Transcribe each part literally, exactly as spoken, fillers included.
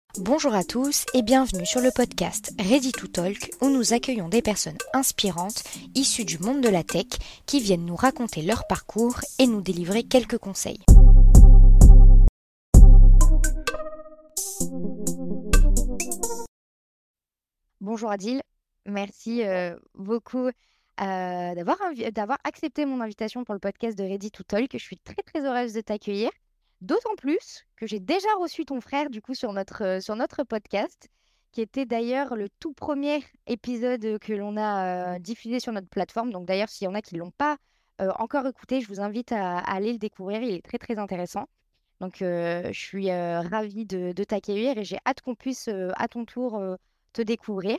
Bonjour à tous et bienvenue sur le podcast Ready to Talk où nous accueillons des personnes inspirantes issues du monde de la tech qui viennent nous raconter leur parcours et nous délivrer quelques conseils. Bonjour Adil, merci euh, beaucoup euh, d'avoir, invi- d'avoir accepté mon invitation pour le podcast de Ready to Talk. Je suis très très heureuse de t'accueillir, d'autant plus que j'ai déjà reçu ton frère du coup sur notre, euh, sur notre podcast, qui était d'ailleurs le tout premier épisode que l'on a euh, diffusé sur notre plateforme. Donc d'ailleurs, s'il y en a qui ne l'ont pas euh, encore écouté, je vous invite à, à aller le découvrir, il est très très intéressant. Donc euh, je suis euh, ravie de, de t'accueillir et j'ai hâte qu'on puisse euh, à ton tour euh, te découvrir.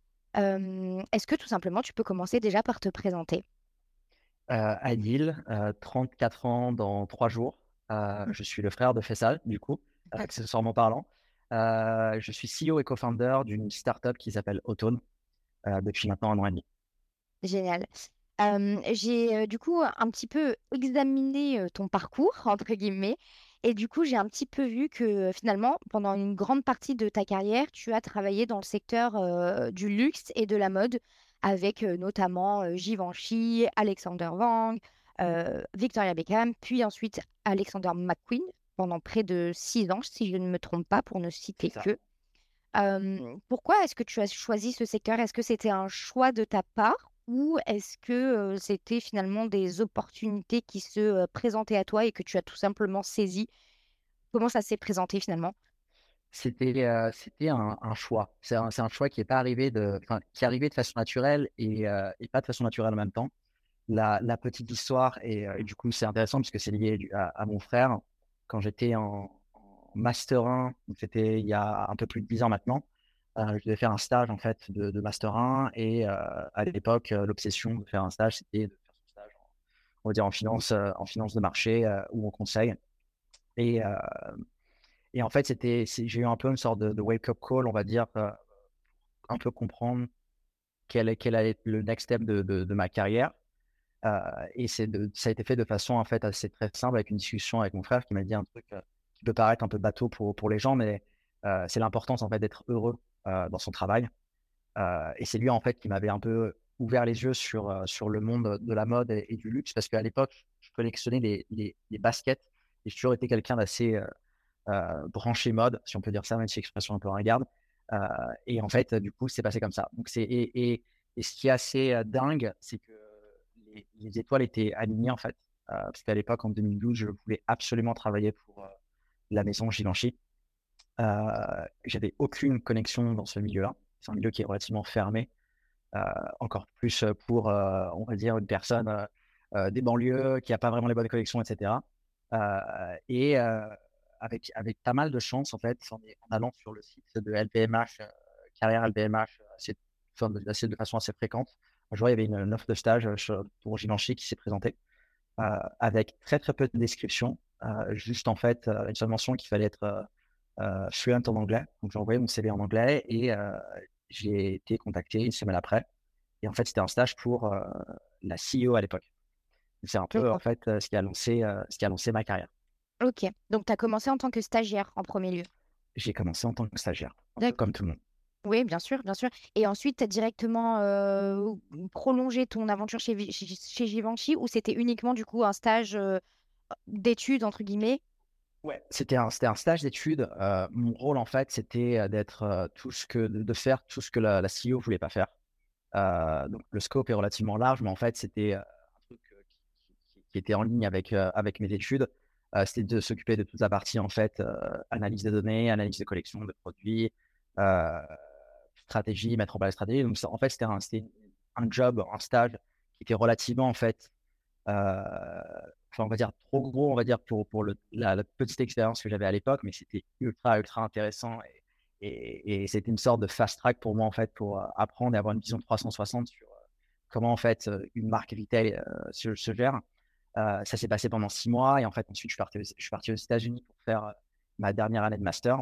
Euh, est-ce que tout simplement tu peux commencer déjà par te présenter? Euh, Adil, euh, trente-quatre ans dans trois jours. Euh, je suis le frère de Faisal, du coup, euh, accessoirement parlant. Euh, je suis C E O et co-founder d'une startup qui s'appelle Autone euh, depuis maintenant un an et demi. Génial. Euh, j'ai euh, du coup un petit peu examiné euh, ton parcours, entre guillemets, et du coup j'ai un petit peu vu que euh, finalement, pendant une grande partie de ta carrière, tu as travaillé dans le secteur euh, du luxe et de la mode, avec euh, notamment euh, Givenchy, Alexander Wang, euh, Victoria Beckham, puis ensuite Alexander McQueen, pendant près de six ans, si je ne me trompe pas, pour ne C'est citer ça. que. Euh, pourquoi est-ce que tu as choisi ce secteur? Est-ce que c'était un choix de ta part ou est-ce que euh, c'était finalement des opportunités qui se euh, présentaient à toi et que tu as tout simplement saisi? Comment ça s'est présenté finalement? C'était euh, c'était un, un choix. C'est un, c'est un choix qui est pas arrivé de, enfin, qui est arrivé de façon naturelle et, euh, et pas de façon naturelle en même temps. La, la petite histoire, et, euh, et du coup, c'est intéressant puisque c'est lié du- à, à mon frère. Quand j'étais en, en Master un, donc c'était il y a un peu plus de dix ans maintenant, euh, je devais faire un stage en fait de, de Master un. Et euh, à l'époque, euh, l'obsession de faire un stage, c'était de faire son stage en, on va dire en finance, euh, en finance de marché euh, ou en conseil. Et, euh, et en fait, c'était, c'est- j'ai eu un peu une sorte de, de wake-up call, on va dire, euh, un peu comprendre quel, est- quel allait être le next step de, de, de ma carrière. Euh, et c'est de, ça a été fait de façon en fait assez très simple avec une discussion avec mon frère qui m'a dit un truc euh, qui peut paraître un peu bateau pour, pour les gens, mais euh, c'est l'importance en fait d'être heureux euh, dans son travail. Euh, et c'est lui en fait qui m'avait un peu ouvert les yeux sur, euh, sur le monde de la mode et, et du luxe parce qu'à l'époque, je collectionnais les, les, les baskets et j'ai toujours été quelqu'un d'assez euh, euh, branché mode, si on peut dire ça, même si l'expression est un peu ringarde. Euh, et en fait, du coup, c'est passé comme ça. Donc c'est, et, et, et ce qui est assez euh, dingue, c'est que les, les étoiles étaient alignées en fait. Euh, parce qu'à l'époque, en deux mille douze, je voulais absolument travailler pour euh, la maison Givenchy. Euh, j'avais aucune connexion dans ce milieu-là. C'est un milieu qui est relativement fermé, euh, encore plus pour, euh, on va dire, une personne euh, euh, des banlieues qui n'a pas vraiment les bonnes connexions, et cetera. Euh, et euh, avec, avec pas mal de chance, en fait, en, en allant sur le site de L V M H, euh, carrière L V M H, euh, assez, enfin, de, assez- de façon assez fréquente, un jour, il y avait une, une offre de stage euh, sur- pour Givenchy qui s'est présentée euh, avec très, très peu de description. Euh, juste, en fait, euh, une seule mention qu'il fallait être euh, euh, fluent en anglais. Donc, j'ai envoyé mon C V en anglais et euh, j'ai été contacté une semaine après. Et en fait, c'était un stage pour euh, la C E O à l'époque. C'est un peu, en D'accord. fait, euh, ce qui a lancé, euh, ce qui a lancé ma carrière. Ok, donc tu as commencé en tant que stagiaire en premier lieu. J'ai commencé en tant que stagiaire, un peu D'accord. comme tout le monde. Oui, bien sûr, bien sûr. Et ensuite, tu as directement euh, prolongé ton aventure chez, Vi- chez, chez Givenchy ou c'était uniquement du coup un stage euh, d'études, entre guillemets? Ouais. C'était un, c'était un stage d'études. Euh, mon rôle, en fait, c'était euh, d'être euh, tout ce que, de, de faire tout ce que la, la C E O voulait pas faire. Euh, donc, le scope est relativement large, mais en fait, c'était euh, un truc euh, qui, qui- qui était en ligne avec, euh, avec mes études. Euh, c'était de s'occuper de toute la partie, en fait, euh, analyse des données, analyse de collection de produits, euh, stratégie, mettre en place la stratégie. Donc, ça- en fait, c'était un, c'était un job, un stage qui était relativement, en fait, euh, enfin, on va dire trop gros, on va dire, pour, pour le, la, la petite expérience que j'avais à l'époque, mais c'était ultra, ultra intéressant. Et, et, et c'était une sorte de fast track pour moi, en fait, pour euh, apprendre et avoir une vision trois cent soixante sur euh, comment, en fait, euh, une marque retail euh, se, se gère. Euh, ça s'est passé pendant six mois. Et en fait, ensuite, je suis parti, aux- je suis parti aux États-Unis pour faire euh, ma dernière année de master.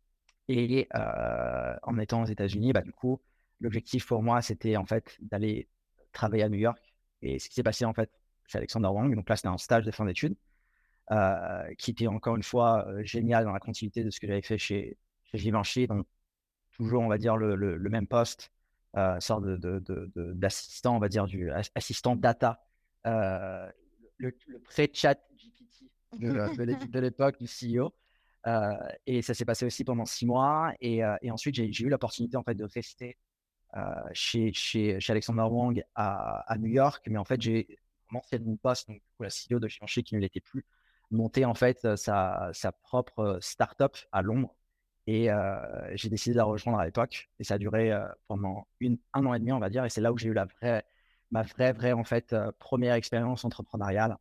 Et euh, en étant aux États-Unis, bah, du coup, l'objectif pour moi, c'était en fait d'aller travailler à New York. Et ce qui s'est passé en fait chez Alexander Wang, donc là, c'était un stage de fin d'études, euh, qui était encore une fois euh, génial dans la continuité de ce que j'avais fait chez, chez Givenchy, donc toujours, on va dire, le, le, le même poste, euh, sorte de, de, de, de- d'assistant, on va dire, du as- assistant data, euh, le, le pré-chat G P T de, de l'é- de l'époque du C E O. Euh, et ça s'est passé aussi pendant six mois. Et, euh, et ensuite, j'ai, j'ai eu l'opportunité en fait de rester euh, chez, chez, chez Alexander Wang à, à New York. Mais en fait, j'ai commencé mon poste, donc du coup, la C E O de Givenchy qui ne l'était plus, monter en fait euh, sa, sa propre euh, startup à Londres. Et euh, j'ai décidé de la rejoindre à l'époque. Et ça a duré euh, pendant une, un an et demi, on va dire. Et c'est là où j'ai eu la vraie, ma vraie, vraie en fait, euh, première expérience entrepreneuriale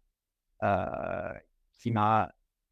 euh, qui m'a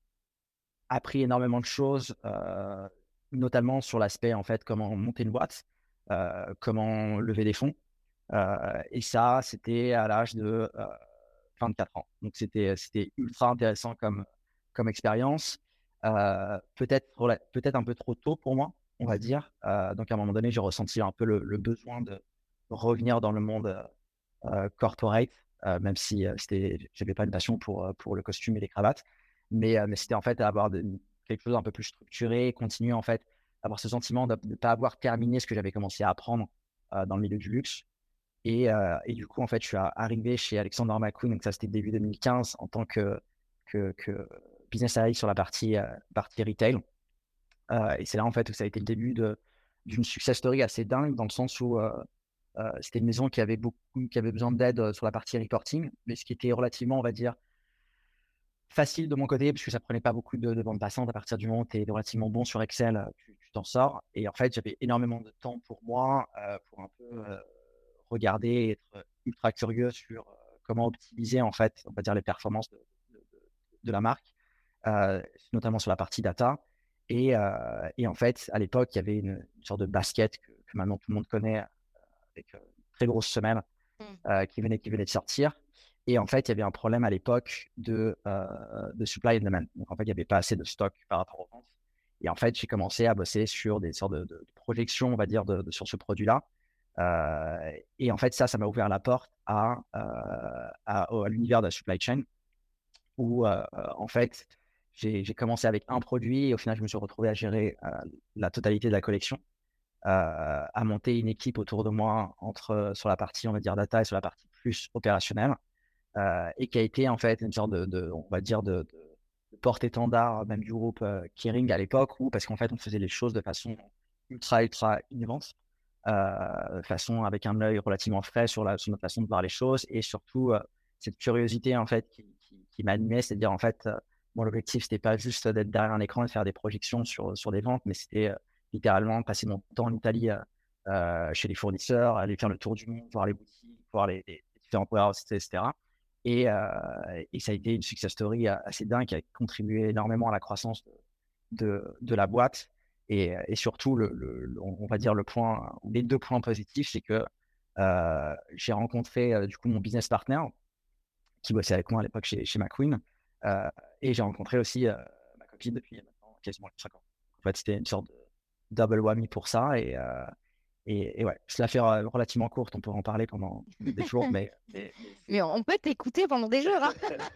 appris énormément de choses, euh, notamment sur l'aspect en fait comment monter une boîte, euh, comment lever des fonds. Euh, et ça, c'était à l'âge de euh, vingt-quatre ans. Donc c'était c'était ultra intéressant comme comme expérience. Euh, peut-être rela- peut-être un peu trop tôt pour moi, on va dire. Euh, donc à un moment donné, j'ai ressenti un peu le, le besoin de revenir dans le monde euh, euh, corporate, euh, même si euh, c'était, j'avais pas une passion pour, euh, pour le costume et les cravates, mais, euh, mais c'était en fait avoir de- quelque chose d'un peu plus structuré, continuer en fait, avoir ce sentiment de ne pas avoir terminé ce que j'avais commencé à apprendre euh, dans le milieu du luxe. Et, euh, et du coup, en fait, je suis a- arrivé chez Alexander McQueen, donc ça c'était début deux mille quinze, en tant que, que, que business analyst sur la partie, euh, partie retail. Euh, et c'est là en fait où ça a été le début de, d'une success story assez dingue, dans le sens où euh, euh, c'était une maison qui avait beaucoup, qui avait besoin d'aide euh, sur la partie reporting, mais ce qui était relativement, on va dire, facile de mon côté, parce que ça prenait pas beaucoup de, de bande passante. À partir du moment où tu es relativement bon sur Excel, euh, tu, tu t'en sors. Et en fait, j'avais énormément de temps pour moi, euh, pour un peu euh, regarder, être ultra curieux sur euh, comment optimiser, en fait, on va dire, les performances de, de, de- de la marque, euh, notamment sur la partie data. Et, euh, et en fait, à l'époque, il y avait une, une sorte de basket que, que maintenant tout le monde connaît, avec euh, une très grosse semelle Mm. euh, qui venait, qui venait de sortir. Et en fait, il y avait un problème à l'époque de, euh, de supply and demand. Donc, en fait, il n'y avait pas assez de stock par rapport aux ventes. Et en fait, j'ai commencé à bosser sur des sortes de, de, de projections, on va dire, de, de, sur ce produit-là. Euh, et en fait, ça, ça m'a ouvert la porte à, euh, à, à l'univers de la supply chain, où, euh, en fait, j'ai, j'ai commencé avec un produit et au final, je me suis retrouvé à gérer euh, la totalité de la collection, euh, à monter une équipe autour de moi entre, sur la partie, on va dire, data et sur la partie plus opérationnelle, euh, et qui a été en fait une sorte de, de on va dire, de, de, de porte-étendard même du groupe euh, Kering à l'époque, où parce qu'en fait, on faisait les choses de façon ultra, ultra innovante, euh, façon avec un œil relativement frais sur, la, sur notre façon de voir les choses, et surtout euh, cette curiosité en fait qui, qui, qui m'animait, c'est-à-dire en fait, euh, mon objectif, c'était pas juste d'être derrière un écran et de faire des projections sur, sur des ventes, mais c'était euh, littéralement passer mon temps en Italie euh, euh, chez les fournisseurs, aller faire le tour du monde, voir les boutiques, voir les, les différents warehouses, et cetera. Et, euh, et ça a été une success story assez dingue qui a contribué énormément à la croissance de, de, de la boîte. Et, et surtout, le, le, le- on va dire le point, les deux points positifs, c'est que euh, j'ai rencontré euh, du coup mon business partner qui bossait avec moi à l'époque chez, chez McQueen. Euh, et j'ai rencontré aussi euh, ma copine depuis maintenant quasiment cinq ans. En fait, c'était une sorte de double whammy pour ça. Et, euh, et, et ouais, je la fais euh, relativement courte, on peut en parler pendant des jours, mais, mais, mais Mais c'est. on peut t'écouter pendant des jours, hein.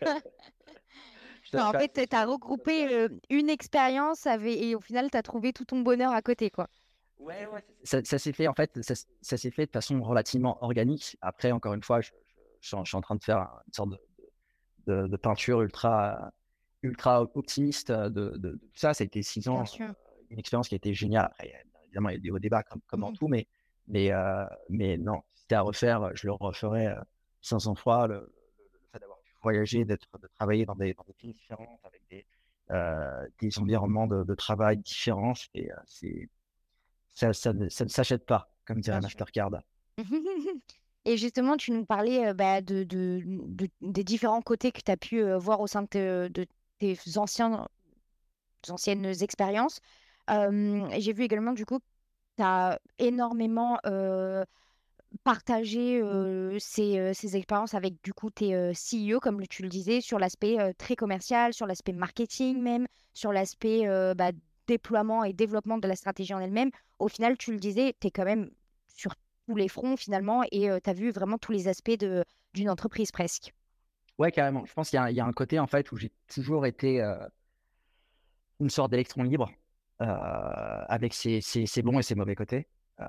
Je te Enfin, en fais fait, assez tu as souvent comme ça. regroupé euh, une expérience avec... et au final, tu as trouvé tout ton bonheur à côté, quoi. Ouais, ouais. Ça, ça s'est fait, en fait, ça, s- ça s'est fait de façon relativement organique. Après, encore une fois, je, je- je suis en je suis en train de faire une sorte de, de, de peinture ultra, ultra optimiste de, de- de tout ça. Ça a été six Bien ans, sûr. euh, une expérience qui a été géniale. Après, évidemment, il y a des hauts débats comme, comme dans tout, mais, mais, euh, mais non, si c'était à refaire, je le referais euh, cinq cents fois. Le, le- le fait d'avoir pu voyager, d'être, de travailler dans des, dans des pays différents, avec des, euh, des environnements de, de travail différents, et, euh, c'est, ça, ça, ne- ça ne s'achète pas, comme dirait Bien sûr. Mastercard. Et justement, tu nous parlais euh, bah, de, de- de- des différents côtés que tu as pu euh, voir au sein de, te- de tes anciens, anciennes expériences. Euh, et j'ai vu également, du coup, que tu as énormément euh, partagé euh, ces, euh, ces expériences avec, du coup, tes euh, C E O, comme tu le disais, sur l'aspect euh, très commercial, sur l'aspect marketing même, sur l'aspect euh, bah, déploiement et développement de la stratégie en elle-même. Au final, tu le disais, tu es quand même sur tous les fronts finalement et tu as vu vraiment tous les aspects de, d'une entreprise presque. Ouais, carrément. Je pense qu'il y a, un- il y a un côté, en fait, où j'ai toujours été euh, une sorte d'électron libre. heu, avec ses ses ses bons et ses mauvais côtés. Heu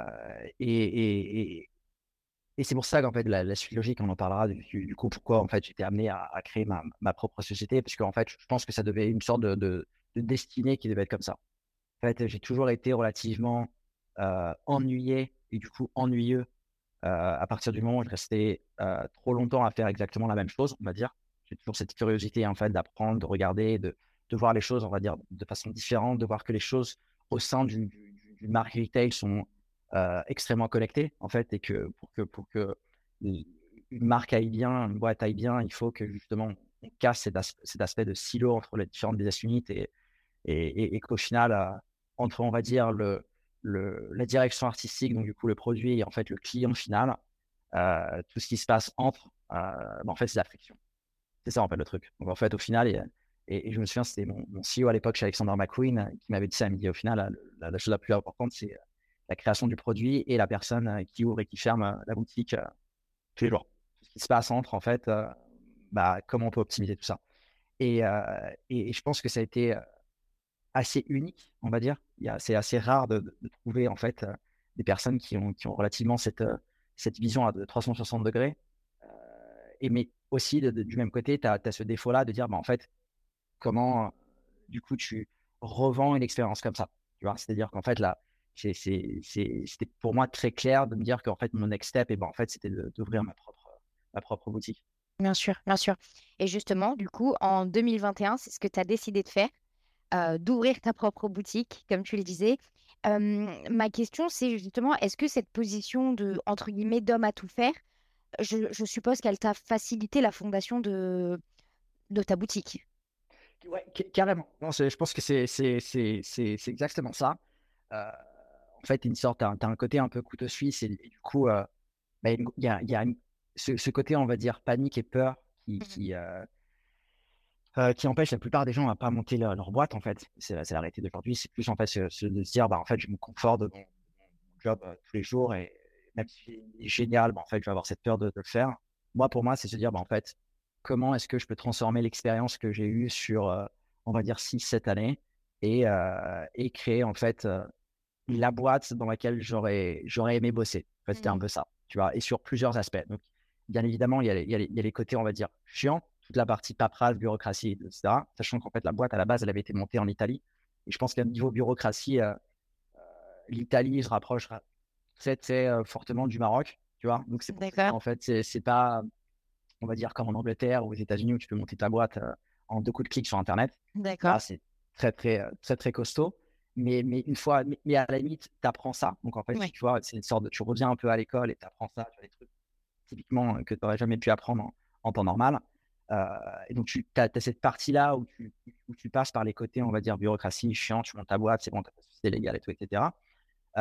et et et et c'est pour ça qu'en fait la la suite logique, on en parlera du du du coup pourquoi en fait j'étais amené à à créer ma ma propre société parce qu'en fait je pense que ça devait une sorte de de de destinée qui devait être comme ça. En fait, j'ai toujours été relativement, heu, ennuyé et du coup ennuyeux, heu, à partir du moment où je restais, heu, trop longtemps à faire exactement la même chose, on va dire. J'ai toujours cette curiosité en fait d'apprendre, de regarder, de de voir les choses, on va dire, de façon différente, de voir que les choses au sein du du du d'une marque retail sont, heu, extrêmement connectées en fait et que pour que pour que u une marque aille bien, une boîte aille bien, il faut que justement on casse cet as cet aspect de silo entre les différentes business units et et et et qu'au final, heu, entre, on va dire, le le la direction artistique, donc du coup le produit et en fait le client final, heu, tout ce qui se passe entre, heu, bah, en fait, c'est la friction. C'est ça, en fait, le truc. Donc en fait, au final et et et je me souviens, c'était mon mon C E O à l'époque chez Alexander McQueen, heu, qui m'avait dit ça. Il me dit: «Au final, heu, la la chose la plus importante, c'est, heu, la création du produit et la personne, heu, qui ouvre et qui ferme, heu, la boutique, heu, tous les jours. Tout ce qui se passe entre, en fait, heu, bah, comment on peut optimiser tout ça?» Et heu et et je pense que ça a été, heu assez unique, on va dire. Il y a c'est assez rare de de de trouver en fait, heu, des personnes qui ont qui ont relativement cette, heu, cette vision à de trois cent soixante degrés. Heu et mais aussi de de du même côté, tu as tu as ce défaut-là de dire, bah, en fait, comment, heu, du coup, tu revends une expérience comme ça, tu vois? C'est-à-dire qu'en fait, là, c'est c'est c'est c'était pour moi très clair de me dire qu'en fait, mon next step et ben, en fait, c'était de d'ouvrir ma propre, ma propre boutique. Bien sûr, bien sûr. Et justement, du coup, en deux mille vingt et un, c'est ce que tu as décidé de faire, heu, d'ouvrir ta propre boutique, comme tu le disais. Hem, ma question, c'est justement, est-ce que cette position de, entre guillemets, «d'homme à tout faire», je je suppose qu'elle t'a facilité la fondation de de ta boutique? Ouais, ca carrément. Non, c'est je pense que c'est c'est c'est c'est c'est exactement ça. Heu, en fait, une sorte tu as tu as un côté un peu couteau suisse et et du coup, heu, bah, il y a il y a une ce ce côté, on va dire, panique et peur qui Mmh. qui, heu heu, qui empêche la plupart des gens à pas monter leur leur boîte, en fait. C'est la c'est la réalité d'aujourd'hui. C'est plus, en fait, ce ce de se dire: «Bah, en fait, je me confort de mon mon job, heu, tous les jours et même s'il est génial, bah, en fait, je vais avoir cette peur de de le faire». Moi, pour moi, c'est se dire: «Bah, en fait, comment est-ce que je peux transformer l'expérience que j'ai eue sur, heu, on va dire six sept années et heu et créer, en fait, heu, la boîte dans laquelle j'aurais j'aurais aimé bosser». En fait, c'était un Mmh. peu ça, tu vois? Et sur plusieurs aspects. Donc, bien évidemment, il y a les il y a les il y a les côtés, on va dire, chiants, toute la partie paperasse, bureaucratie et cetera. Sachant qu'en fait, la boîte, à la base, elle avait été montée en Italie et je pense qu'à niveau bureaucratie, heu, l'Italie se rapprochera très, très, heu, fortement du Maroc, tu vois? Donc c'est pour te dire, D'accord, en fait, c'est c'est pas, on va dire, comme en Angleterre ou aux États-Unis où tu peux monter ta boîte, heu, en deux coups de clic sur internet. d'accord. Là, c'est très, très, heu, très, très costaud. Mais mais une fois mais mais à la limite, tu apprends ça. Donc en fait, Ouais, tu vois, c'est une sorte de tu reviens un peu à l'école et tu apprends ça, tu vois, des trucs typiquement, heu, que tu aurais jamais pu apprendre en en temps normal. Heu et donc tu as cette partie-là où tu où tu passes par les côtés, on va dire, bureaucratie, chiant, tu montes ta boîte, c'est bon, tu as ta société légale et tout et cetera. Heu,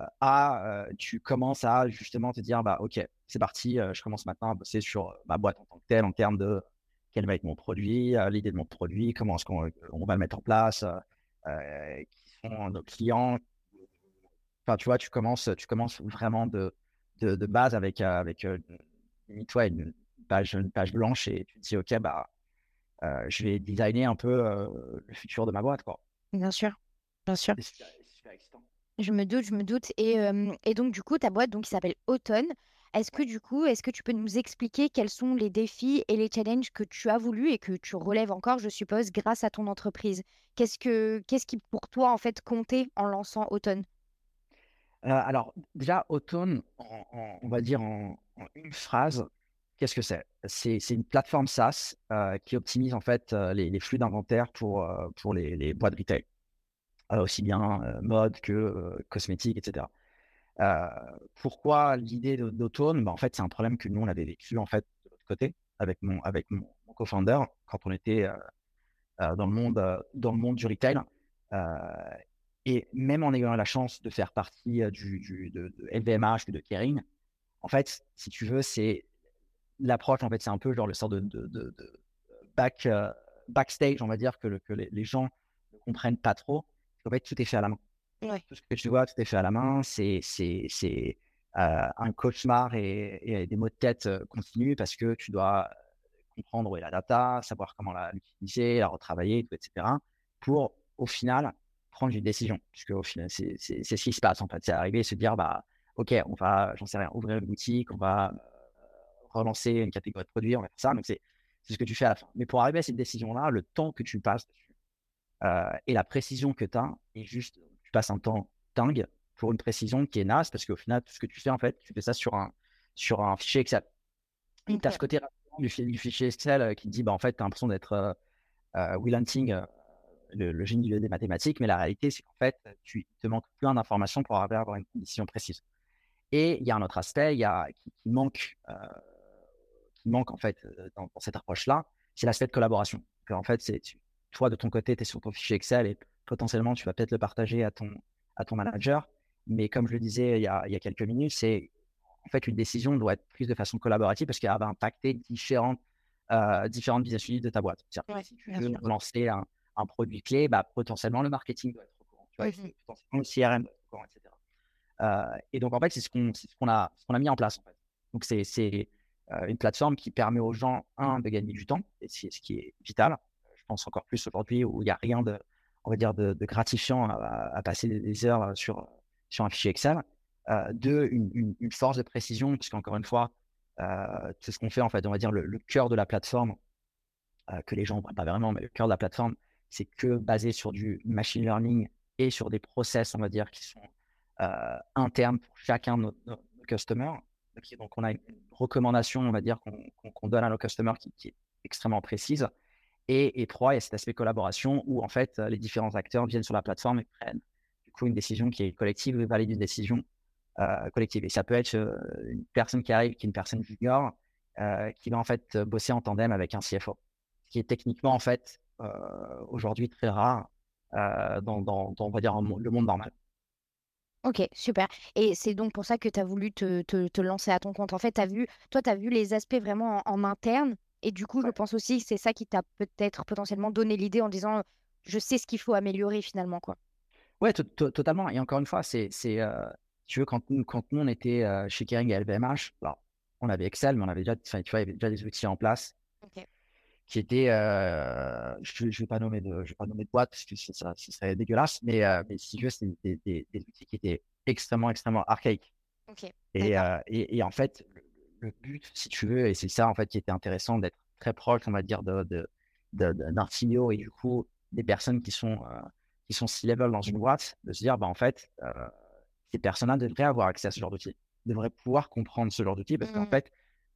à, heu, tu commences à justement te dire: «Bah, OK, c'est parti, heu, je commence maintenant à bosser sur, heu, ma boîte en tant que telle, en termes de quel va être mon produit, heu, l'idée de mon produit, comment est-ce qu'on, heu, on va le mettre en place, heu heu, qui sont nos clients». Enfin, tu vois, tu commences, tu commences vraiment de de de base avec, heu, avec, heu, limite, ouais, une page une page blanche et tu te dis: «OK, bah, heu, je vais designer un peu, heu, le futur de ma boîte, quoi». bien sûr, bien sûr. C'est super c'est super excitant. Je me doute, je me doute. Et hem et donc du coup, ta boîte donc qui s'appelle Automne, est-ce que Ouais. du coup, est-ce que tu peux nous expliquer quels sont les défis et les challenges que tu as voulu et que tu relèves encore, je suppose, grâce à ton entreprise? Qu'est-ce que qu'est-ce qui pour toi, en fait, comptait en lançant Automne? Heu, alors déjà Automne en en on va dire en en une phrase, qu'est-ce que c'est? C'est c'est une plateforme SaaS, heu, qui optimise en fait, heu, les les flux d'inventaire pour, heu, pour les les boîtes retail, heu, aussi bien, heu, mode que, heu, cosmétiques et cetera. Heu, pourquoi l'idée d'Au d'Automne? Bah, en fait, c'est un problème que nous on avait vécu en fait de l'autre côté avec mon avec mon mon co-founder quand on était, heu heu, dans le monde, heu, dans le monde du retail. Heu et même en ayant la chance de faire partie, heu, du du de de L V M H ou de Kering, en fait, si tu veux, c'est l'approche, en fait, c'est un peu genre le sort de de de de back, heu, backstage, on va dire, que le que les les gens ne comprennent pas trop. En fait, tout est fait à la main. Ouais. Tout ce que tu vois, tout est fait à la main. C'est c'est c'est, heu, un cauchemar et et des maux de tête, heu, continus parce que tu dois comprendre où est la data, savoir comment la l'utiliser, la retravailler et tout et cetera, pour au final prendre une décision. Puisque au final, c'est c'est c'est ce qui se passe en fait. C'est arriver et se dire, bah, OK, on va, j'en sais rien, ouvrir une boutique, on va, heu, relancer une catégorie de produits, on va faire ça. Donc c'est c'est ce que tu fais à la fin. Mais pour arriver à cette décision-là, le temps que tu passes dessus, heu et la précision que tu as est juste tu passes un temps dingue pour une précision qui est naze parce qu'au final, tout ce que tu fais, en fait, tu fais ça sur un sur un fichier Excel. Et tu as ce OK. côté rassurant du fi du fichier Excel, heu, qui te dit, bah, en fait, tu as l'impression d'être, heu heu, Will Hunting, heu, le le génie des mathématiques, mais la réalité, c'est qu'en fait, tu il te manque plein d'informations pour arriver à avoir une décision précise. Et il y a un autre aspect, il y a qui qui manque, heu, qui manque en fait, heu, dans dans cette approche-là, c'est l'aspect de collaboration. Que en fait, c'est tu toi de ton côté, tu es sur ton fichier Excel et potentiellement tu vas peut-être le partager à ton à ton manager. Mais comme je le disais il y a il y a quelques minutes, c'est en fait une décision doit être prise de façon collaborative parce qu'elle va impacter différentes, heu, différentes business units de ta boîte. C'est-à-dire que Ouais, si tu bien veux sûr. lancer un un produit clé, bah, potentiellement le marketing doit être au courant, tu vois? Mmh. Et potentiellement le C R M doit être au courant et cetera. Heu et donc en fait, c'est ce qu'on c'est ce qu'on a ce qu'on a mis en place, en fait. Donc c'est c'est, heu, une plateforme qui permet aux gens, un de gagner du temps et c'est ce qui est vital. Je pense encore plus aujourd'hui où il y a rien de, on va dire, de de gratifiant à à passer des des heures, sur, sur un fichier Excel. Heu, deux, une une une force de précision puisqu'encore une fois, heu, c'est ce qu'on fait, en fait, on va dire le le cœur de la plateforme, heu, que les gens ne voient pas vraiment, mais le cœur de la plateforme, c'est que basé sur du machine learning et sur des process, on va dire, qui sont, heu, internes pour chacun de nos nos nos customers. OK, donc on a une recommandation, on va dire, qu'on qu'on qu'on donne à nos customers qui qui est extrêmement précise. Et et trois, il y a cet aspect collaboration où en fait, heu, les différents acteurs viennent sur la plateforme et prennent du coup une décision qui est collective et valide une décision, heu, collective. Et ça peut être, heu, une personne qui arrive, qui est une personne junior, heu, qui va en fait, heu, bosser en tandem avec un C F O. Ce qui est techniquement en fait, heu, aujourd'hui très rare, heu, dans dans dans on va dire un monde le monde normal. OK, super, et c'est donc pour ça que tu as voulu te te te lancer à ton compte. En fait, tu as vu toi, tu as vu les aspects vraiment en en interne, et du coup, je Ouais. pense aussi que c'est ça qui t'a peut-être potentiellement donné l'idée en disant: «Je sais ce qu'il faut améliorer finalement», quoi. Ouais, to to totalement. Et encore une fois, c'est c'est, heu, si tu veux, quand nous quand nous on était, heu, chez Kering et L V M H, alors on avait Excel, mais on avait déjà, enfin, tu vois, il y avait déjà des outils en place OK. qui étaient, heu, je je vais pas nommer de je vais pas nommer de boîte parce que ce ça ce serait dégueulasse, mais heu, mais si tu veux, c'est des des des outils qui étaient extrêmement, extrêmement archaïques. OK, Et d'accord. heu et et en fait, le le but, si tu veux, et c'est ça, en fait, qui était intéressant d'être très proche, on va dire, de de de de d'un C E O et du coup, des personnes qui sont, heu, qui sont C-level dans une boîte, de se dire: «Bah, en fait, heu, ces personnes-là devraient avoir accès à ce genre d'outils, devraient pouvoir comprendre ce genre d'outils» parce qu'en Mmh. fait,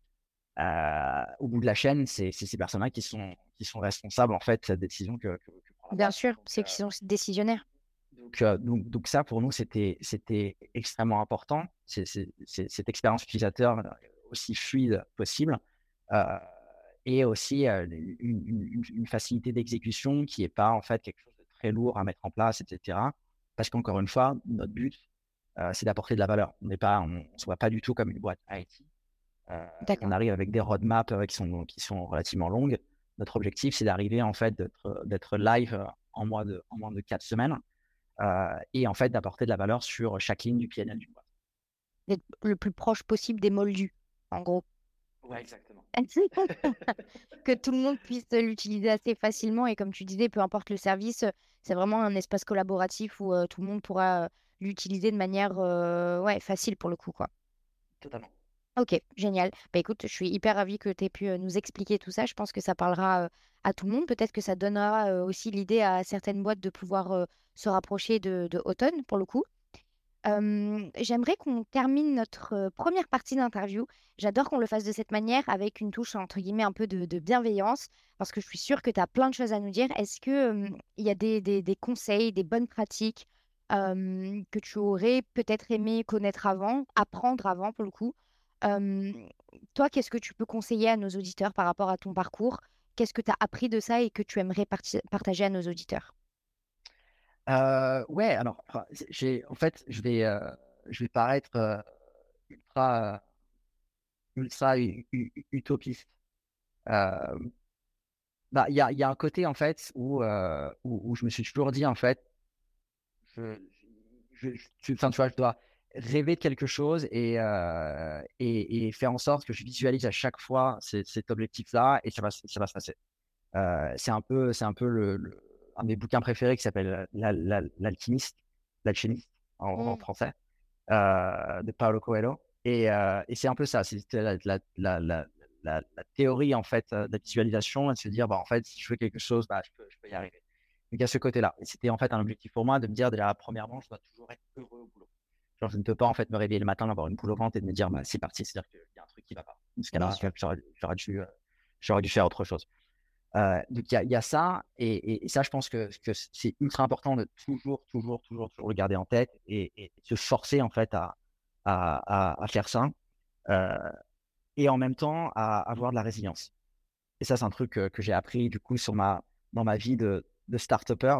heu, au bout de la chaîne, c'est c'est ces personnes-là qui sont qui sont responsables, en fait, de la décision que que que prend la Bien boîte. sûr, Donc c'est heu, qu'ils sont décisionnaires. donc heu, donc donc ça, pour nous, c'était c'était extrêmement important. C'est c'est c'est cette expérience utilisateur, heu, aussi fluide possible, heu et aussi, heu, une une une une facilité d'exécution qui est pas, en fait, quelque chose de très lourd à mettre en place et cetera. Parce qu'encore une fois, notre but, heu, c'est d'apporter de la valeur. On n'est pas on on se voit pas du tout comme une boîte I T. Heu, on D'accord. arrive avec des roadmaps, heu, qui sont qui sont relativement longues. Notre objectif, c'est d'arriver, en fait, d'être d'être live, heu, en moins de en moins de quatre semaines, heu et en fait, d'apporter de la valeur sur chaque ligne du P N L d'une boîte. D'être le plus proche possible des moldus, en gros. Ouais, exactement. Que tout le monde puisse, heu, l'utiliser assez facilement, et comme tu disais, peu importe le service, heu, c'est vraiment un espace collaboratif où, heu, tout le monde pourra, heu, l'utiliser de manière, heu, ouais, facile pour le coup, quoi. Totalement. OK, génial. Bah, écoute, je suis hyper ravie que tu aies pu, heu, nous expliquer tout ça. Je pense que ça parlera, heu, à tout le monde. Peut-être que ça donnera, heu, aussi l'idée à certaines boîtes de pouvoir, heu, se rapprocher de de Automne, pour le coup. Hem, j'aimerais qu'on termine notre, heu, première partie d'interview. J'adore qu'on le fasse de cette manière, avec une touche entre guillemets un peu de de bienveillance, parce que je suis sûre que tu as plein de choses à nous dire. Est-ce que, hem, il y a des des des conseils, des bonnes pratiques, hem, que tu aurais peut-être aimé connaître avant, apprendre avant pour le coup? Hem, Toi, qu'est-ce que tu peux conseiller à nos auditeurs par rapport à ton parcours? Qu'est-ce que tu as appris de ça et que tu aimerais parti partager à nos auditeurs? Heu, ouais, alors, enfin, c'est j'ai en fait, je vais, heu, je vais paraître, heu, ultra, ultra u u utopiste. Hem, Bah, il y a il y a un côté, en fait, où, heu, où où je me suis toujours dit, en fait, je je je tu enfin, tu vois, je dois rêver de quelque chose et heu et et faire en sorte que je visualise à chaque fois cet cet objectif-là et ça va se ça va se passer. Heu, c'est un peu c'est un peu le le un de mes bouquins préférés qui s'appelle La- La- L'Alchimiste, L'Alchimiste en, en Mm. français, euh, de Paulo Coelho. Et, euh, et c'est un peu ça, c'est la, la, la, la, la, la théorie en fait euh, de la visualisation et de se dire, bah, en fait, si je veux quelque chose, bah, je, peux, je peux y arriver. Donc, à ce côté-là. Et c'était en fait un objectif pour moi de me dire, déjà, premièrement, je dois toujours être heureux au boulot. Genre, je ne peux pas en fait me réveiller le matin, avoir une boule au ventre et de me dire, bah, c'est parti, c'est-à-dire qu'il y a un truc qui va pas. Dans ce Bien cas-là, sûr. j'aurais, j'aurais dû, euh, j'aurais dû faire autre chose. Euh, donc, il y a, il y a ça, et, et- et ça, je pense que, que c'est ultra important de toujours, toujours, toujours, toujours le garder en tête et, et se forcer en fait à, à, à, à faire ça, euh, et en même temps à avoir de la résilience. Et ça, c'est un truc que, que j'ai appris du coup sur ma, dans ma vie de, de start-upper.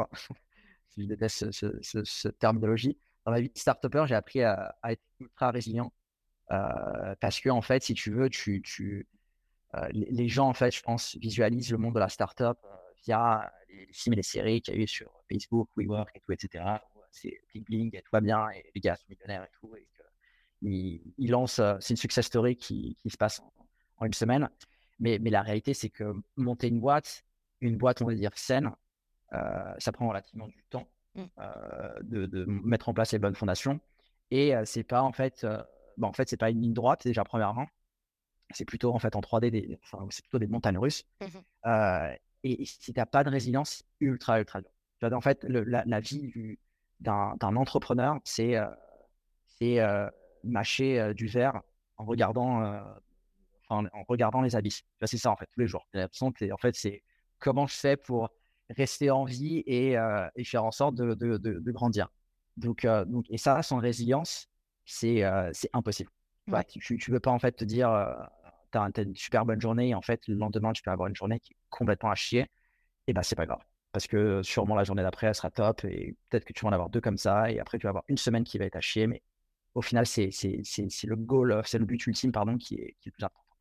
Je déteste ce, ce, ce, ce terminologie. Dans ma vie de start-upper, j'ai appris à, à être ultra résilient, euh, parce que en fait, si tu veux, tu, tu, euh, les, les gens, en fait, je pense, visualisent le monde de la startup euh, via les, les films et les séries qu'il y a eu sur Facebook, WeWork et tout, et cetera. Où, euh, c'est bling bling, et tout va bien, et les gars sont millionnaires et tout. Et que, ils, ils lancent, euh, c'est une success story qui, qui se passe en, en une semaine. Mais, mais la réalité, c'est que monter une boîte, une boîte, on va dire, saine, euh, ça prend relativement du temps Mm. euh, de, de mettre en place les bonnes fondations. Et euh, c'est pas, en fait, euh, bon, en fait, c'est pas une ligne droite, déjà, premièrement. C'est plutôt en fait en trois D, des, enfin, c'est plutôt des montagnes russes. Mhm. Euh, et, et si tu n'as pas de résilience, ultra, ultra dur. Tu vois, en fait, le, la, la vie du, d'un, d'un entrepreneur, c'est, euh, c'est euh, mâcher euh, du verre en regardant, euh, enfin, en regardant les abysses. Tu vois, c'est ça en fait, tous les jours. J'ai l'impression que, en fait, c'est comment je fais pour rester en vie et, euh, et faire en sorte de, de, de, de grandir. Donc, euh, donc, et ça, sans résilience, c'est euh, c'est impossible. Tu vois, Ouais. tu ne veux pas en fait te dire, euh, tu as, une super bonne journée et en fait, le lendemain, tu peux avoir une journée qui est complètement à chier. Et ben, c'est pas grave. Parce que sûrement la journée d'après, elle sera top et peut-être que tu vas en avoir deux comme ça. Et après, tu vas avoir une semaine qui va être à chier. Mais au final, c'est c'est- c'est- c'est le goal, c'est le but ultime, pardon, qui est, qui est le plus important.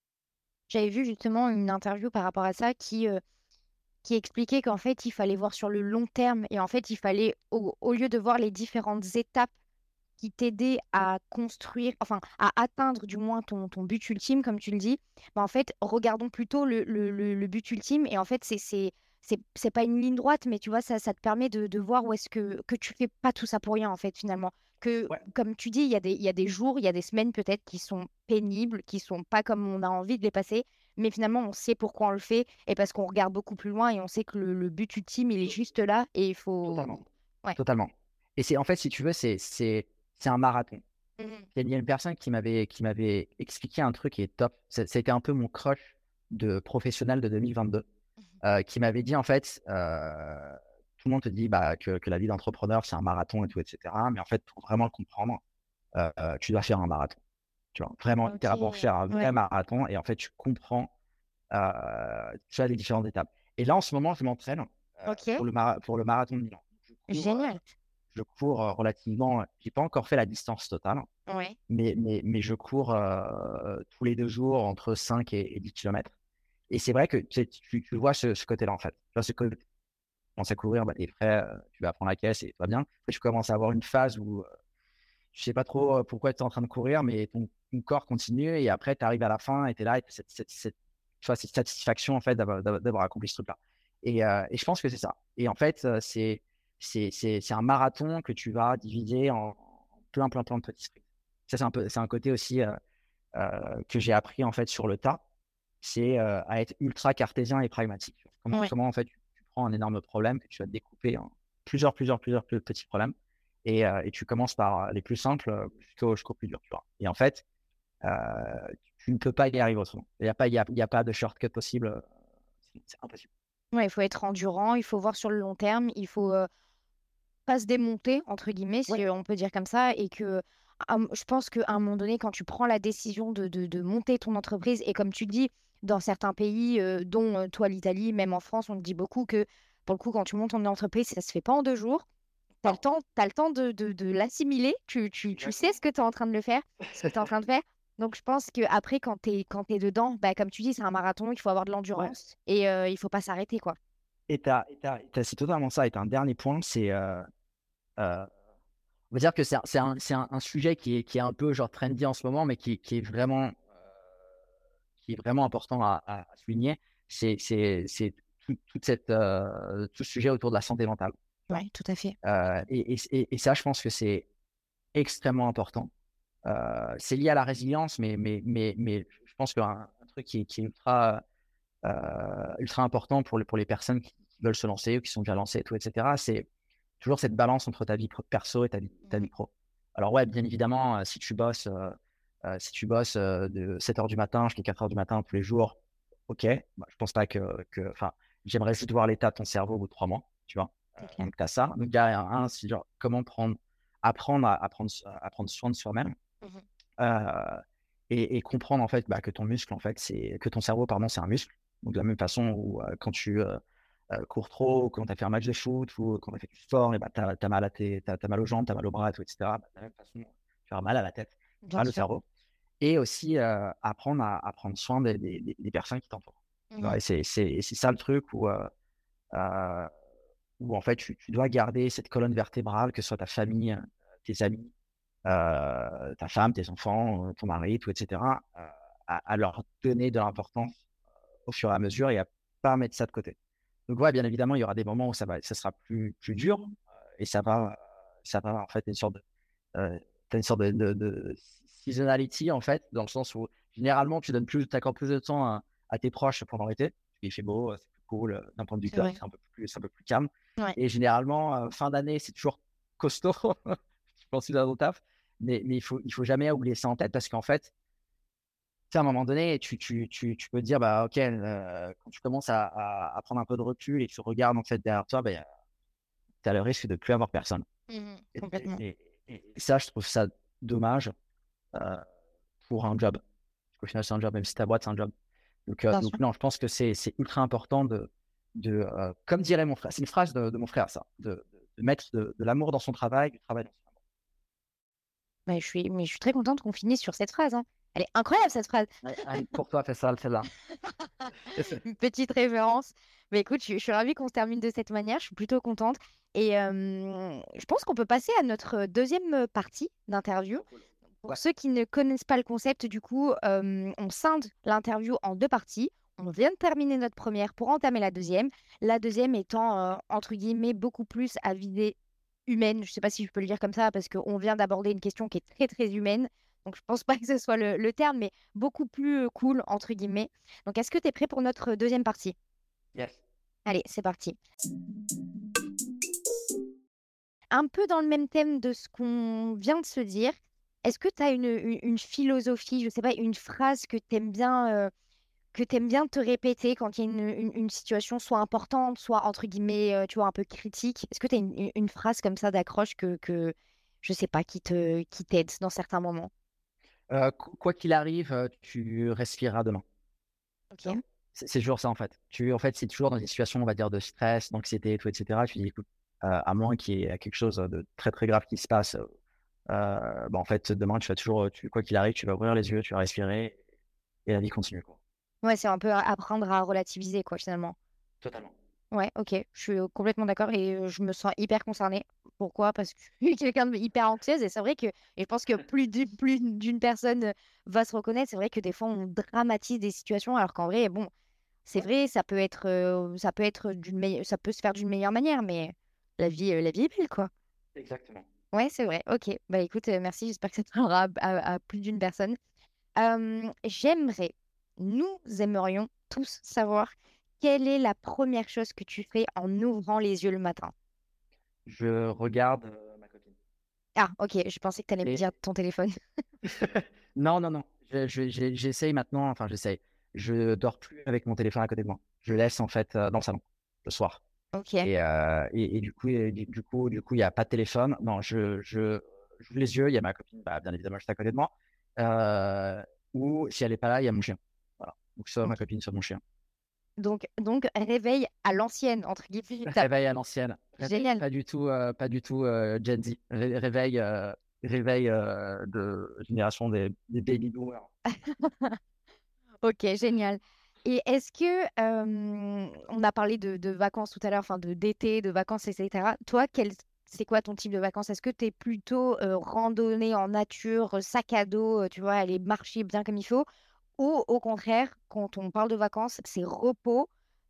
J'avais vu justement une interview par rapport à ça qui, euh, qui expliquait qu'en fait, il fallait voir sur le long terme et en fait, il fallait, au, au lieu de voir les différentes étapes qui t'aidaient à construire, enfin, à atteindre du moins ton, ton but ultime, comme tu le dis, bah, en fait, regardons plutôt le, le, le, le but ultime et en fait, c'est, c'est, c'est, c'est pas une ligne droite, mais tu vois, ça, ça te permet de, de voir où est-ce que, que tu fais pas tout ça pour rien, en fait, finalement. Que, Ouais, comme tu dis, il y a des, il y a des jours, il y a des semaines peut-être qui sont pénibles, qui sont pas comme on a envie de les passer, mais finalement, on sait pourquoi on le fait et parce qu'on regarde beaucoup plus loin et on sait que le, le but ultime, il est juste là et il faut... totalement. Ouais. Totalement. Et c'est en fait, si tu veux, c'est c'est c'est un marathon. Mhm. Il y a une personne qui m'avait qui m'avait expliqué un truc qui est top. Ça, ça a été un peu mon crush de professionnel de deux mille vingt-deux, euh, qui m'avait dit en fait, euh, tout le monde te dit bah, que, que la vie d'entrepreneur c'est un marathon et tout, et cetera. Mais en fait, pour vraiment le comprendre, euh, euh, tu dois faire un marathon. Tu vois, vraiment, Ok, littéralement faire un vrai ouais, marathon et en fait, tu comprends euh, tu as les différentes étapes. Et là, en ce moment, je m'entraîne euh, ok, pour le mara- pour le marathon de Milan. Je cours, euh, génial. je cours euh, relativement. J'ai pas encore fait la distance totale, Ouais, mais, mais, mais je cours euh, tous les deux jours entre cinq et, et dix kilomètres. Et c'est vrai que tu, tu, tu vois ce, ce côté-là, en fait. Tu vois ce côté, tu commences à courir, bah, t'es prêt, euh, tu vas prendre la caisse et tout va bien. Après, tu commences à avoir une phase où euh, tu sais pas trop euh, pourquoi tu es en train de courir, mais ton, ton corps continue et après, tu arrives à la fin et tu es là et t'as cette, cette, cette, tu vois, cette satisfaction, en fait, d'avoir, d'avoir d'avoir accompli ce truc-là. Et, euh, et je pense que c'est ça. Et en fait, euh, c'est, c'est, c'est, c'est un marathon que tu vas diviser en, en plein, plein, plein de petits sprints. Ça, c'est un peu, c'est un côté aussi euh, euh, que j'ai appris, en fait, sur le tas. C'est euh, à être ultra cartésien et pragmatique. Comment, ouais. comment en fait, tu, tu prends un énorme problème que tu vas découper en plusieurs, plusieurs, plusieurs plus petits problèmes et, euh, et tu commences par les plus simples euh, jusqu'au, jusqu'au plus dur, tu vois. Et en fait, euh, tu ne peux pas y arriver autrement. Il n'y a pas, il y a, il y a pas de shortcut possible. euh, C'est c'est impossible. Ouais, il faut être endurant, il faut voir sur le long terme, il faut euh, pas se démonter, entre guillemets, Ouais, si euh, on peut dire comme ça, et que à un- je pense qu'à un moment donné, quand tu prends la décision de, de, de monter ton entreprise, et comme tu dis, dans certains pays, euh, dont euh, toi l'Italie, même en France, on te dit beaucoup que pour le coup, quand tu montes ton entreprise, ça se fait pas en deux jours. Tu as le non, temps, t'as le temps de, de, de l'assimiler, tu, tu, tu sais ce exactement. que tu es en train de le faire, ce que tu es en train de faire. Donc je pense qu'après, quand tu es, quand t'es dedans, bah, comme tu dis, c'est un marathon, il faut avoir de Ouais. l'endurance et euh, il faut pas s'arrêter, quoi. Et t'as, et t'as- t'as- c'est totalement ça. Et t'as un dernier point, c'est, euh, euh, on va dire que c'est un, c'est un, c'est un, un sujet qui est, qui est un peu genre trendy en ce moment, mais qui, qui est vraiment, euh, qui est vraiment important à, à- à souligner. C'est, c'est, c'est tout toute cette, heu, tout ce sujet autour de la santé mentale, tu vois? Ouais, tout à fait. Heu et et et et ça, je pense que c'est extrêmement important. Heu, c'est lié à la résilience, mais mais mais mais je pense qu'un un truc qui est qui est ultra, heu, ultra important pour les pour les personnes qui qui veulent se lancer ou qui sont déjà lancées et tout et cetera, c'est toujours cette balance entre ta vie pro perso et ta vie ta Mmh. vie pro. Alors ouais, bien évidemment, heu, si tu bosses, heu heu, si tu bosses, heu, de sept heures du matin jusqu'à quatre heures du matin tous les jours, OK. Bah, je pense pas que que enfin, j'aimerais juste voir l'état de ton cerveau au bout de trois mois, tu vois? Heu, C'est clair. donc tu as ça. Donc il y a un, c'est genre comment prendre apprendre à à prendre s à prendre soin de soi-même, Mmh. heu et et comprendre en fait, bah, que ton muscle en fait, c'est que ton cerveau pardon, c'est un muscle. Donc de la même façon où, heu, quand tu, heu heu, cours trop, ou quand tu as fait un match de foot ou quand tu as fait du sport et bah, tu as mal à tes tu as mal aux jambes, tu as mal aux bras et tout et cetera. Bah, de la même façon, tu vas avoir mal à la tête, Bien mal au sûr. cerveau et aussi, heu, apprendre à à prendre soin des des des des personnes qui t'entourent. Tu vois? Mmh. Et c'est c'est et c'est ça le truc où, heu heu, où en fait tu tu dois garder cette colonne vertébrale, que ce soit ta famille, heu, tes amis, heu, ta femme, tes enfants, heu, ton mari, tout et cetera, heu, à à leur donner de l'importance au fur et à mesure et à pas mettre ça de côté. Donc ouais, bien évidemment, il y aura des moments où ça va ça sera plus plus dur, heu et ça va, ça va en fait une sorte de, heu, tu as une sorte de de de seasonality en fait, dans le sens où généralement tu donnes plus tu accordes plus de temps à à tes proches pendant l'été. Il fait beau, heu, c'est plus cool, heu, d'un point de vue C'est taf, vrai. c'est un peu plus c'est un peu plus calme Ouais. et généralement, heu, fin d'année, c'est toujours costaud. Je pense plus à ton taf, mais mais il faut il faut jamais oublier ça en tête parce qu'en fait, tu sais, à un moment donné, tu tu tu tu peux te dire: «Bah, OK», heu, quand tu commences à à à prendre un peu de recul et que tu regardes en fait derrière toi, bah, tu as le risque de plus avoir personne Mmh. et Complètement. et et et ça, je trouve ça dommage, heu, pour un job. Parce qu'au final, c'est un job, même si ta boîte, c'est un job. Donc heu, Bien sûr. donc non, je pense que c'est c'est ultra important de de, heu, comme dirait mon frère, c'est une phrase de de mon frère ça, de de de mettre de de l'amour dans son travail, du travail dans son amour. Bah, je suis mais je suis très contente qu'on finisse sur cette phrase, hein. Elle est incroyable cette phrase. Ouais, allez, pour toi, fais ça, celle-là. Une petite référence. Mais écoute, je suis je suis ravie qu'on se termine de cette manière, je suis plutôt contente et hem, je pense qu'on peut passer à notre deuxième partie d'interview. Trop cool. Pour Ouais, ceux qui ne connaissent pas le concept, du coup, hem, on scinde l'interview en deux parties. On vient de terminer notre première pour entamer la deuxième. La deuxième étant, heu, entre guillemets, beaucoup plus à visée humaine. Je ne sais pas si je peux le dire comme ça parce qu'on vient d'aborder une question qui est très, très humaine. Donc je pense pas que ce soit le le terme, mais beaucoup plus, heu, «cool» entre guillemets. Donc est-ce que tu es prêt pour notre deuxième partie? yes. Allez, c'est parti. Un peu dans le même thème de ce qu'on vient de se dire, est-ce que tu as une, une une philosophie, je sais pas, une phrase que tu aimes bien, heu, que tu bien te répéter quand il y a une une une situation soit importante, soit entre guillemets, heu, tu vois, un peu critique? Est-ce que tu as une une une phrase comme ça d'accroche que que je sais pas, qui te qui t'aide dans certains moments? Heu, qu quoi qu'il arrive, heu, tu respireras demain. Tu vois? OK. C'est c'est toujours ça, en fait. Tu en fait, c'est toujours dans des situations, on va dire, de stress, d'anxiété et tout et cetera. Tu dis: «Écoute, heu, à moins qu'il y ait quelque chose, de très, très grave qui se passe, heu, bah, en fait, demain, tu vas toujours, heu, tu quoi qu'il arrive, tu vas ouvrir les yeux, tu vas respirer et la vie continue, quoi». Ouais, c'est un peu a apprendre à relativiser quoi, finalement. Totalement. Ouais, OK, je suis, heu, complètement d'accord et heu, je me sens hyper concernée. Pourquoi? Parce que je suis quelqu'un de hyper anxieuse et c'est vrai que et je pense que plus d'u plus d'une personne, heu, va se reconnaître. C'est vrai que des fois, on dramatise des situations alors qu'en vrai, bon, c'est Ouais, vrai, ça peut être, heu, ça peut être d'une meille ça peut se faire d'une meilleure manière, mais la vie, heu, la vie est belle, quoi. exactement. Ouais, c'est vrai. OK. Bah, écoute, heu, merci, j'espère que ça parlera à à à plus d'une personne. Hem, j'aimerais nous aimerions tous savoir quelle est la première chose que tu fais en ouvrant les yeux le matin? Je regarde, heu, ma copine Ah OK, je pensais que tu allais me dire et ton téléphone. non, non, non, je je j'ai j'essaye maintenant, enfin, j'essaye. Je dors plus avec mon téléphone à côté de moi. Je le laisse, en fait, heu, dans le salon, le soir. OK. Et heu et et du coup et du du coup du coup, il y a pas de téléphone. Non, je je j'ouvre les yeux, il y a ma copine, bah, bien évidemment, juste à côté de moi, heu, ou si elle est pas là, il y a mon chien. Voilà, donc soit ma OK. copine, soit mon chien. Donc donc «réveil à l'ancienne» entre guillemets, tu Réveil à l'ancienne, réveil génial. pas du tout, heu, pas du tout, heu, Gen Z. Ré réveil, heu, réveil, heu, de génération des des baby boomers. OK, génial et est-ce que, hem, on a parlé de de vacances tout à l'heure, enfin de d'été, de vacances et cetera. Toi, quel c'est quoi ton type de vacances? Est-ce que tu es plutôt, heu, randonnée en nature, heu, sac à dos, heu, tu vois, aller marcher bien comme il faut? Ou au contraire, quand on parle de vacances, c'est repos,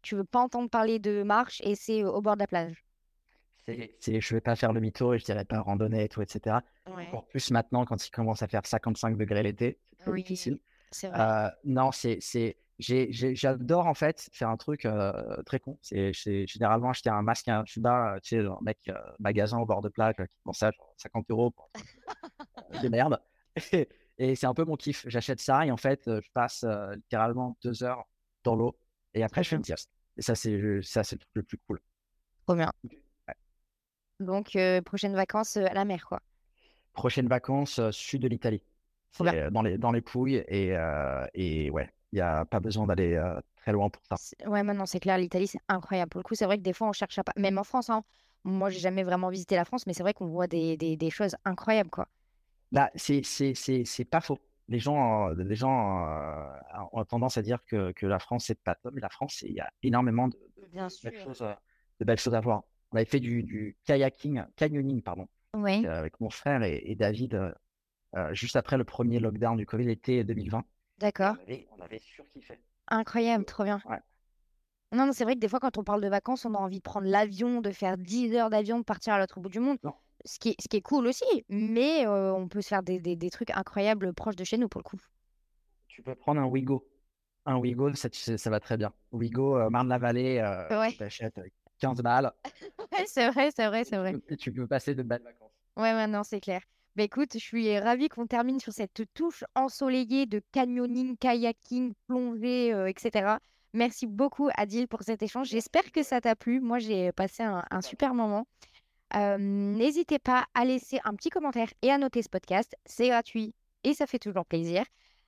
tu veux pas entendre parler de marche et c'est au bord de la plage. C'est c'est je vais pas faire le mytho et je dirais pas randonnée et tout et cetera. Ouais. Encore plus maintenant quand il commence à faire cinquante-cinq degrés l'été, c'est très Oui, difficile. c'est vrai. Heu, non, c'est c'est j'ai j'ai j'adore en fait faire un truc, heu, très con. C'est c'est généralement acheter un masque et un tuba, heu, tu sais, genre mec, heu, magasin au bord de plage, heu, qui vend ça genre cinquante euros pour un truc, heu, de merde et et c'est un peu mon kiff. J'achète ça et en fait, heu, je passe, heu, littéralement deux heures dans l'eau et après Trop je fais une bien, sieste et ça c'est le ça c'est le truc le plus cool. trop bien. Ouais. Donc, heu, prochaines vacances, heu, à la mer, quoi. Prochaines vacances, heu, sud de l'Italie. Trop bien. C'est, heu, dans les dans les Pouilles et heu et ouais, il y a pas besoin d'aller, heu, très loin pour ça. C'est ouais, maintenant c'est clair, l'Italie, c'est incroyable. Pour le coup, c'est vrai que des fois, on cherche à pas même en France, hein. Moi, j'ai jamais vraiment visité la France, mais c'est vrai qu'on voit des des des choses incroyables, quoi. Bah, c'est c'est c'est c'est pas faux. Les gens, heu, les gens, heu, ont tendance à dire que que la France, c'est pas top, mais la France, il y a énormément de de Bien de belles sûr. choses, heu, de belles choses à voir. On avait fait du du kayaking canyoning, pardon, avec, Oui, heu, avec mon frère et et David, heu heu, juste après le premier lockdown du covid, l'été deux mille vingt et on d'accord. avait on avait surkiffé. Incroyable, trop bien. Ouais. Non, non, c'est vrai que des fois, quand on parle de vacances, on a envie de prendre l'avion, de faire dix heures d'avion, de partir à l'autre bout du monde, Non, ce qui est ce qui est cool aussi, mais heu, on peut se faire des des des trucs incroyables proches de chez nous, pour le coup. tu peux prendre un Ouigo. Un Ouigo, ça tu ça va très bien. Ouigo, heu, Marne-la-Vallée, heu, tu Ouais, t'achètes, heu, quinze balles ouais, c'est vrai, c'est vrai, et c'est tu vrai. peux et tu peux passer de belles vacances. Ouais, ouais, non, c'est clair. Bah, écoute, je suis ravie qu'on termine sur cette touche ensoleillée de canyoning, kayaking, plongée, heu, et cetera. Merci beaucoup Adil pour cet échange. Merci J'espère que toi. ça t'a plu. Moi, j'ai passé un un Totalement. super moment. Hem, n'hésitez pas à laisser un petit commentaire et à noter ce podcast. C'est gratuit et ça fait toujours plaisir.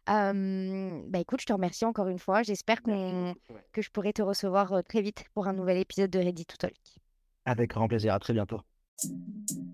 Hem, bah, écoute, je te remercie encore une fois. J'espère Merci qu'on beaucoup, ouais. que je pourrai te recevoir, heu, très vite pour un nouvel épisode de Ready to Talk. Avec grand plaisir, à très bientôt.